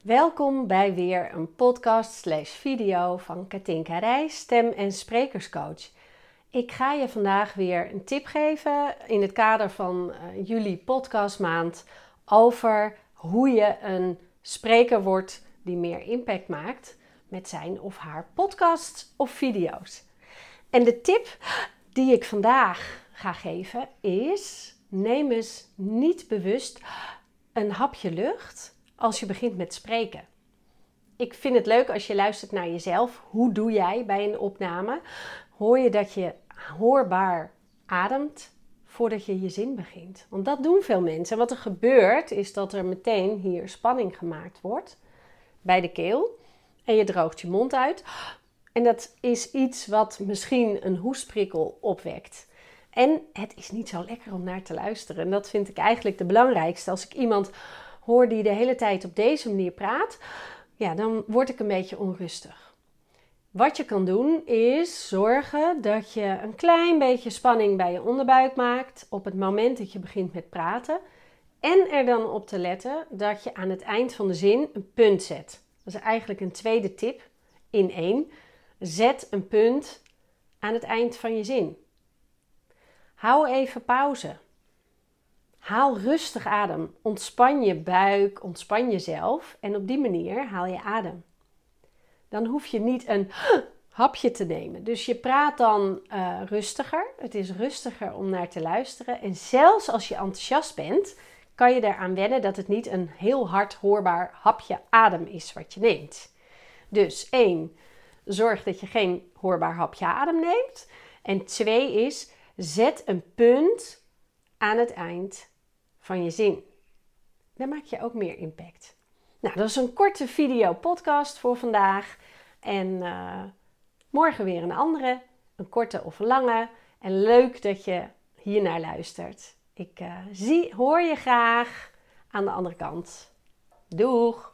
Welkom bij weer een podcast/video van Katinka Rijs, stem- en sprekerscoach. Ik ga je vandaag weer een tip geven in het kader van juli podcastmaand over hoe je een spreker wordt die meer impact maakt met zijn of haar podcasts of video's. En de tip die ik vandaag ga geven is: neem eens niet bewust een hapje lucht als je begint met spreken. Ik vind het leuk als je luistert naar jezelf. Hoe doe jij bij een opname? Hoor je dat je hoorbaar ademt voordat je je zin begint? Want dat doen veel mensen. En wat er gebeurt is dat er meteen hier spanning gemaakt wordt bij de keel. En je droogt je mond uit. En dat is iets wat misschien een hoestprikkel opwekt. En het is niet zo lekker om naar te luisteren. En dat vind ik eigenlijk de belangrijkste. Als ik iemand hoor die de hele tijd op deze manier praat, ja, dan word ik een beetje onrustig. Wat je kan doen is zorgen dat je een klein beetje spanning bij je onderbuik maakt op het moment dat je begint met praten. En er dan op te letten dat je aan het eind van de zin een punt zet. Dat is eigenlijk een tweede tip in één. Zet een punt aan het eind van je zin. Hou even pauze. Haal rustig adem. Ontspan je buik, ontspan jezelf en op die manier haal je adem. Dan hoef je niet een hapje te nemen. Dus je praat dan rustiger. Het is rustiger om naar te luisteren. En zelfs als je enthousiast bent, kan je eraan wennen dat het niet een heel hard hoorbaar hapje adem is wat je neemt. Dus 1, zorg dat je geen hoorbaar hapje adem neemt. En 2 is, zet een punt aan het eind van je zin. Dan maak je ook meer impact. Nou, dat is een korte video-podcast voor vandaag. En morgen weer een andere, een korte of een lange. En leuk dat je hiernaar luistert. Ik hoor je graag aan de andere kant. Doeg!